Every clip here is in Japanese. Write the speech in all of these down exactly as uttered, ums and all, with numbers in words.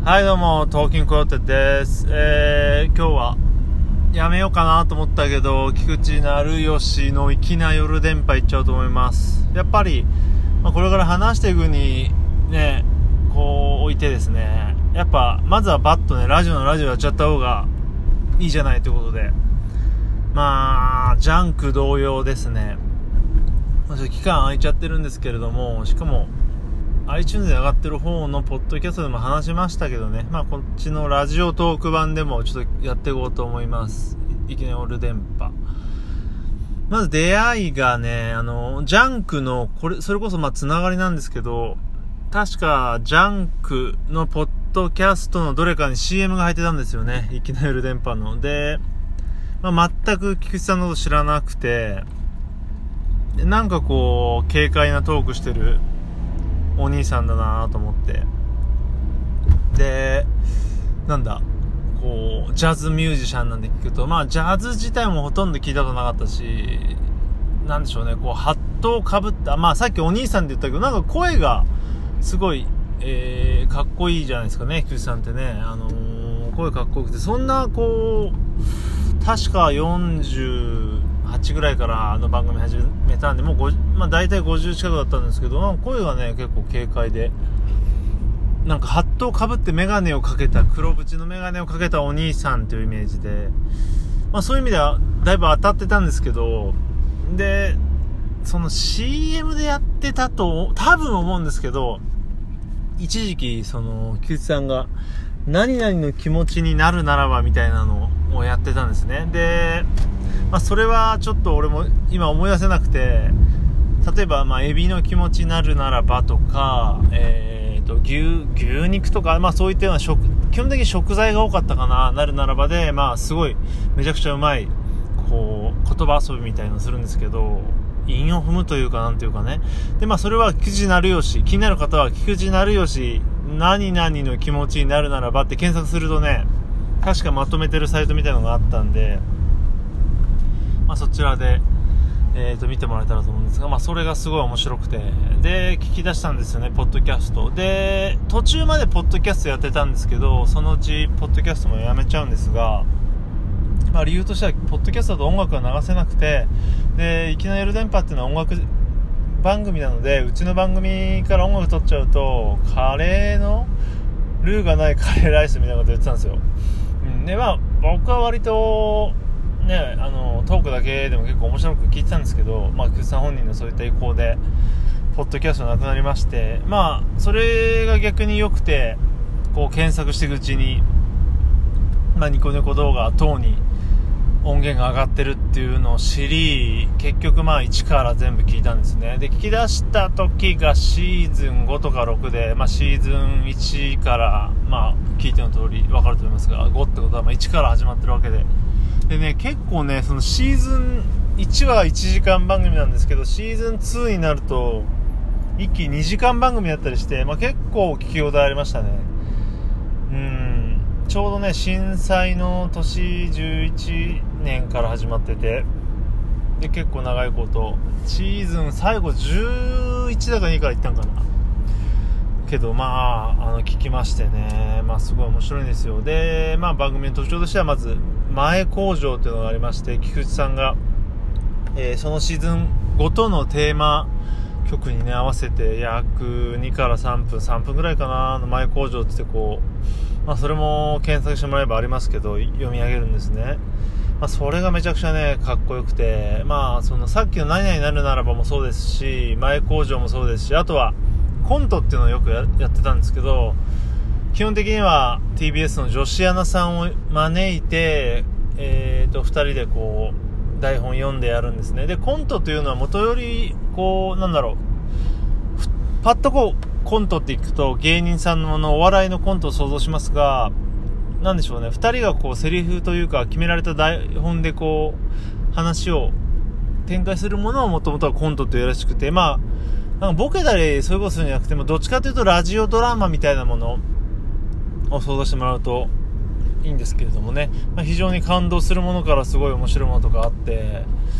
はいどうも、トーキングコヨーテです。えー、今日はやめようかなと思ったけど、菊池成吉の粋な夜電波行っちゃうと思います。やっぱり、まあ、これから話していくにね、こう置いてですね、やっぱまずはバッとね、ラジオのラジオやっちゃった方がいいじゃないということで、まあジャンク同様ですね、まあ、ちょっと期間空いちゃってるんですけれども、しかもiTunes で上がってる方のポッドキャストでも話しましたけどね、まあこっちのラジオトーク版でもちょっとやっていこうと思います。いきなりオール電波。まず出会いがね、あのジャンクのこれそれこそまあつながりなんですけど、確かジャンクのポッドキャストのどれかに シーエム が入ってたんですよね。いきなりオール電波ので、まあ、全く菊池さんのこと知らなくて、でなんかこう軽快なトークしてるお兄さんだなと思って、でなんだこうジャズミュージシャンなんで聞くと、まあジャズ自体もほとんど聞いたことなかったし、なんでしょうね、こうハットをかぶった、まあさっきお兄さんって言ったけど、なんか声がすごい、えー、かっこいいじゃないですかね、菊池さんってね、あのー、声かっこよくて、そんなこう確かよんじゅうはちぐらいからあの番組始めたんで、もうご、まあ、大体ごじゅう近くだったんですけど、声がね結構軽快で、なんかハットをかぶってメガネをかけた、黒縁のメガネをかけたお兄さんというイメージで、まあ、そういう意味ではだいぶ当たってたんですけど、でその シーエム でやってたと多分思うんですけど、一時期その菊池さんが何々の気持ちになるならばみたいなのをやってたんですね。でまあ、それはちょっと俺も今思い出せなくて、例えばまあエビの気持ちになるならばとか、えー、と 牛, 牛肉とか、まあ、そういったような食基本的に食材が多かったかな、なるならばで、まあ、すごいめちゃくちゃうまいこう言葉遊びみたいなのするんですけど、韻を踏むというかなんていうかね。でまあそれは菊池成吉、気になる方は菊池成吉何々の気持ちになるならばって検索するとね、確かまとめてるサイトみたいなのがあったんで、まあ、そちらで、えー、と見てもらえたらと思うんですが、まあ、それがすごい面白くて、で聞き出したんですよね、ポッドキャストで。途中までポッドキャストやってたんですけど、そのうちポッドキャストもやめちゃうんですが、まあ、理由としてはポッドキャストだと音楽が流せなくて、でいきなり夜電波っていうのは音楽番組なので、うちの番組から音楽取っちゃうとカレーのルーがないカレーライスみたいなこと言ってたんですよ、うん、でまあ僕は割とね、あのトークだけでも結構面白く聞いてたんですけど、まあ、菊池さん本人のそういった意向でポッドキャストなくなりまして、まあそれが逆に良くて、こう検索していくうちに、まあ、ニコニコ動画等に音源が上がってるっていうのを知り、結局まあいちから全部聞いたんですね。で聞き出した時がシーズンごとかろくで、まあ、シーズンいちからまあ聞いての通り分かると思いますが、ごってことはまあいちから始まってるわけで、でね、結構ね、そのシーズンいちはいちじかん番組なんですけど、シーズンにになると一気ににじかん番組だったりして、まあ、結構聞き応えありましたね。うーん、ちょうどね震災の年じゅういちねんから始まってて、で結構長いことシーズン最後じゅういちだかにから行ったんかなけど、まああの聞きましてね、まあすごい面白いんですよ。でまあ番組の特徴としては、まず前工場というのがありまして、菊池さんが、えー、そのシーズンごとのテーマ曲にね合わせて約にからさんぷんさんぷんぐらいかなの前工場って言って、こう、まあ、それも検索してもらえばありますけど読み上げるんですね。まあ、それがめちゃくちゃねかっこよくて、まあそのさっきの何々になるならばもそうですし、前工場もそうですし、あとはコントっていうのをよく や, やってたんですけど、基本的には ティービーエス の女子アナさんを招いて、えー、とふたりでこう台本読んでやるんですね。でコントというのは元よりこうなんだろう、パッとこうコントっていくと芸人さんののお笑いのコントを想像しますが、なんでしょうね、ふたりがこうセリフというか決められた台本でこう話を展開するものをもともとはコントというらしくて、まあなんかボケたりそういうことするんじゃなくても、どっちかというとラジオドラマみたいなものを想像してもらうといいんですけれどもね、まあ、非常に感動するものからすごい面白いものとかあって、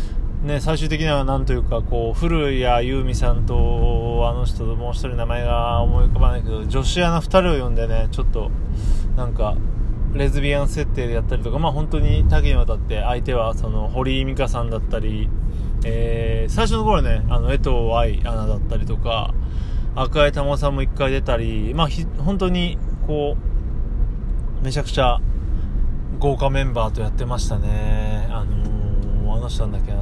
ね、最終的にはなんというかこう古谷優美さんとあの人もう一人名前が思い浮かばないけど女子アナふたりを呼んでねちょっとなんかレズビアン設定でやったりとか、まあ本当に多岐にわたって相手はその堀井美香さんだったり、えー、最初の頃ねあの江藤愛アナだったりとか赤江珠さんも一回出たり、まあひ本当にこうめちゃくちゃ豪華メンバーとやってましたね。あのー、あの人なんだっけな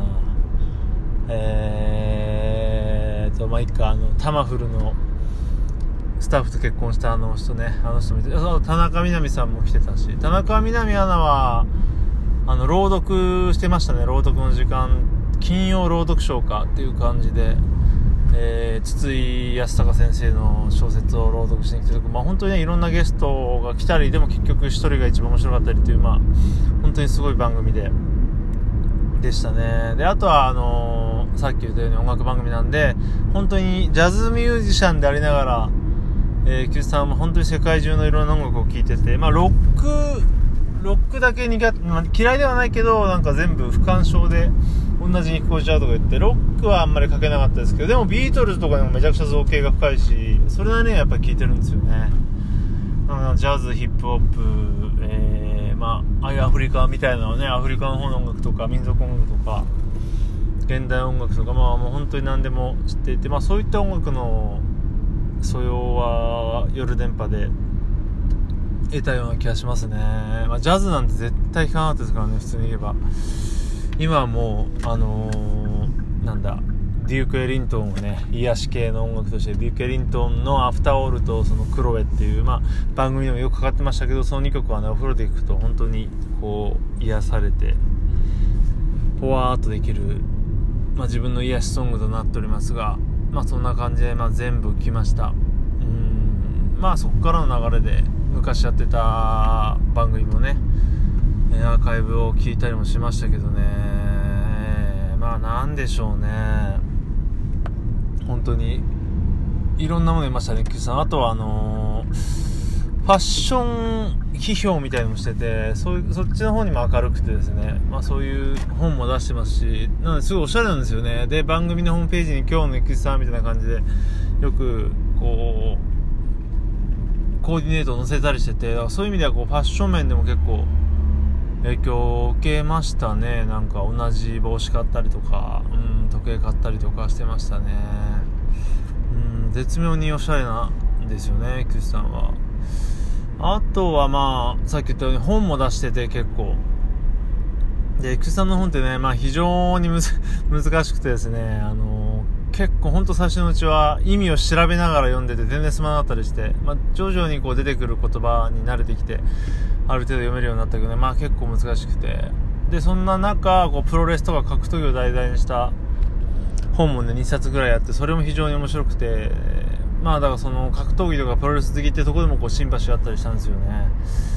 えーとまあいっかあのタマフルのスタッフと結婚したあの人ねあの人見て田中みな実さんも来てたし田中みな実アナはあの朗読してましたね。朗読の時間金曜朗読賞かっていう感じで、えー、筒井康隆先生の小説を朗読しに来てる、まあ、本当にねいろんなゲストが来たりでも結局一人が一番面白かったりというまあ本当にすごい番組ででしたね。であとはあのー、さっき言ったように音楽番組なんで本当にジャズミュージシャンでありながら、えー、キュウさんも本当に世界中のいろんな音楽を聴いてて、まあロックロックだけ苦手、まあ、嫌いではないけどなんか全部不干渉で同じに聞こえちゃうとか言ってロックはあんまり書けなかったですけどでもビートルズとかでもめちゃくちゃ造形が深いしそれなりにやっぱり聴いてるんですよね。ジャズヒップホップ、えー、まあああいうアフリカみたいなのねアフリカの方の音楽とか民族音楽とか現代音楽とかまあもう本当に何でも知っていてまあそういった音楽の素養は夜電波で得たような気がしますね。まあ、ジャズなんて絶対聴かなかったですからね普通に言えば今はもうあのー、なんだデューク・エリントンをね癒し系の音楽としてデューク・エリントンのアフターオールとそのクロエっていう、まあ、番組でもよくかかってましたけどそのにきょくはねお風呂で聴くと本当にこう癒されてポワーっとできる、まあ、自分の癒しソングとなっておりますがまあそんな感じで、まあ、全部来ました。うーんまあそこからの流れで昔やってた番組もねアーカイブを聞いたりもしましたけどねまあなんでしょうね本当にいろんなものいましたねキュウさん。あとはあのー、ファッション批評みたいなのもしてて そ, そっちの方にも明るくてですねまあそういう本も出してますしなのですごいおしゃれなんですよね。で番組のホームページに今日のキュウさんみたいな感じでよくこうコーディネートを載せたりしててそういう意味ではこうファッション面でも結構影響を受けましたね。なんか同じ帽子買ったりとか、うん、時計買ったりとかしてましたね。うん、絶妙におしゃれなんですよねキュウさんは。あとはまあさっき言ったように本も出してて結構でキュウさんの本ってね、まあ、非常にむず難しくてですねあの結構ほんと最初のうちは意味を調べながら読んでて全然進まなかったりして、まあ、徐々にこう出てくる言葉に慣れてきてある程度読めるようになったけどねまあ結構難しくてでそんな中こうプロレスとか格闘技を題材にした本もねにさつぐらいあってそれも非常に面白くてまあだからその格闘技とかプロレス好きってとこでもこうシンパシーあったりしたんですよね。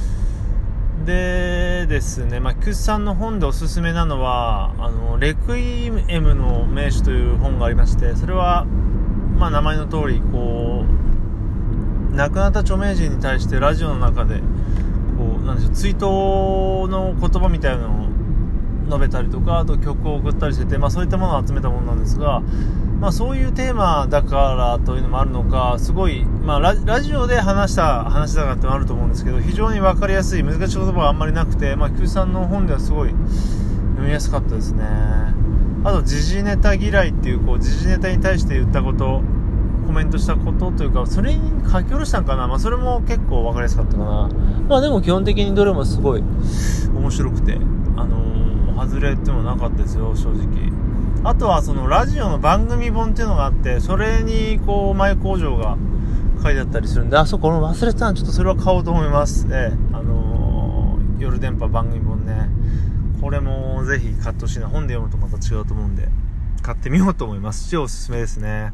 でですね、まあ、キュウさんの本でおすすめなのはあのレクイエムの名手という本がありましてそれは、まあ、名前の通りこう亡くなった著名人に対してラジオの中でこうなんでしょう追悼の言葉みたいなのを述べたりとかあと曲を送ったりしてて、まあ、そういったものを集めたものなんですが、まあ、そういうテーマだからというのもあるのかすごい、まあ、ラ, ラジオで話した話だからってのもあると思うんですけど非常に分かりやすい難しい言葉があんまりなくて、まあ、キュウさんの本ではすごい読みやすかったですね。あと時事ネタ嫌いっていう、こう時事ネタに対して言ったことコメントしたことというかそれに書き下ろしたんかな、まあ、それも結構分かりやすかったかな。まあでも基本的にどれもすごい面白くてあのー、外れっていうのはなかったですよ正直。あとはそのラジオの番組本っていうのがあってそれにこう前工場が書いてあったりするんであそこの忘れてたんちょっとそれは買おうと思います、えー、あのー、夜電波番組本ねこれもぜひ買ってほしいな。本で読むとまた違うと思うんで買ってみようと思いますしおすすめですね。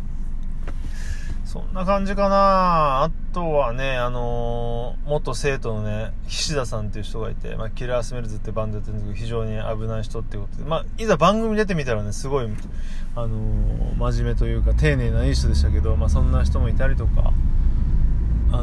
そんな感じかな。あとはね、あのー、元生徒のね、菱田さんっていう人がいて、まあ、キラースメルズってバンドやってるんですけど、非常に危ない人っていうことで、まあ、いざ番組出てみたらね、すごい、あのー、真面目というか、丁寧ないい人でしたけど、まあ、そんな人もいたりとか、あのー、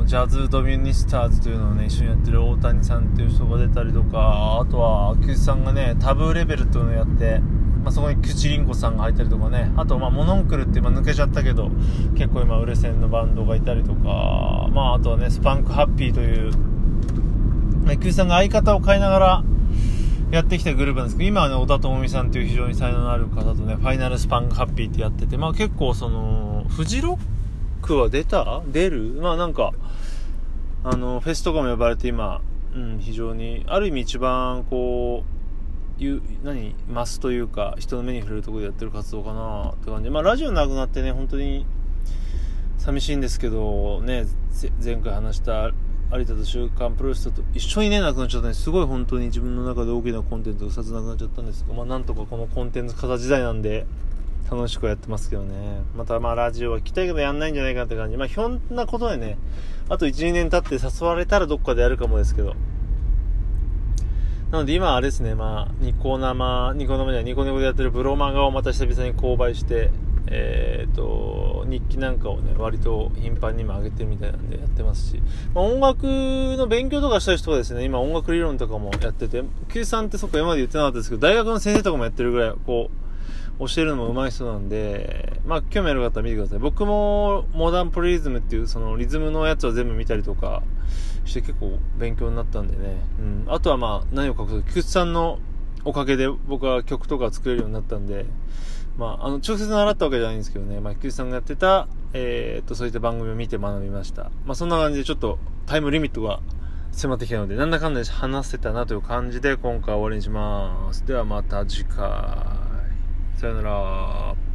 ジャズドミニスターズというのをね一緒にやってる大谷さんっていう人が出たりとか、あとは菊池さんがねタブーレベルというのをやって、まあ、そこに口りんこさんが入ったりとかね、あとまあモノンクルって今抜けちゃったけど結構今売れ線のバンドがいたりとか、まああとはねスパンクハッピーという菊池さんが相方を変えながらやってきたグループなんですけど、今はね小田智美さんという非常に才能のある方とねファイナルスパンクハッピーってやってて、まあ結構そのフジロックは出た出るまあなんかあのフェスとかも呼ばれて今、うん、非常にある意味一番こういう何マスというか人の目に触れるところでやってる活動かなって感じで、まあラジオなくなってね本当に寂しいんですけどね、前回話した有田と週刊プロレスと一緒にねなくなっちゃったね。すごい本当に自分の中で大きなコンテンツがふたつなくなっちゃったんですが、まあなんとかこのコンテンツ型時代なんで楽しくやってますけどね。またまあラジオは聞きたいけどやんないんじゃないかって感じ。まあひょんなことでね、あと いちにねん経って誘われたらどっかでやるかもですけど、なので今あれですね、まあニコ生ニコ生じゃニコニコでやってるブロマガをまた久々に購買して、えーと日記なんかをね割と頻繁に今上げてるみたいなんでやってますし、まあ、音楽の勉強とかした人はですね今音楽理論とかもやってて、Q さんってそっか今まで言ってなかったですけど大学の先生とかもやってるぐらいこう教えるのも上手い人なんで、まあ興味ある方は見てください。僕もモダンプロリズムっていうそのリズムのやつを全部見たりとかして結構勉強になったんでね、うん、あとはまあ何を書くと菊池さんのおかげで僕は曲とか作れるようになったんで、まあ、あの直接習ったわけじゃないんですけどね、まあ、菊池さんがやってた、えー、っとそういった番組を見て学びました。まあ、そんな感じでちょっとタイムリミットが迫ってきたのでなんだかんだで話せたなという感じで今回は終わりにします。ではまた次回、さよなら。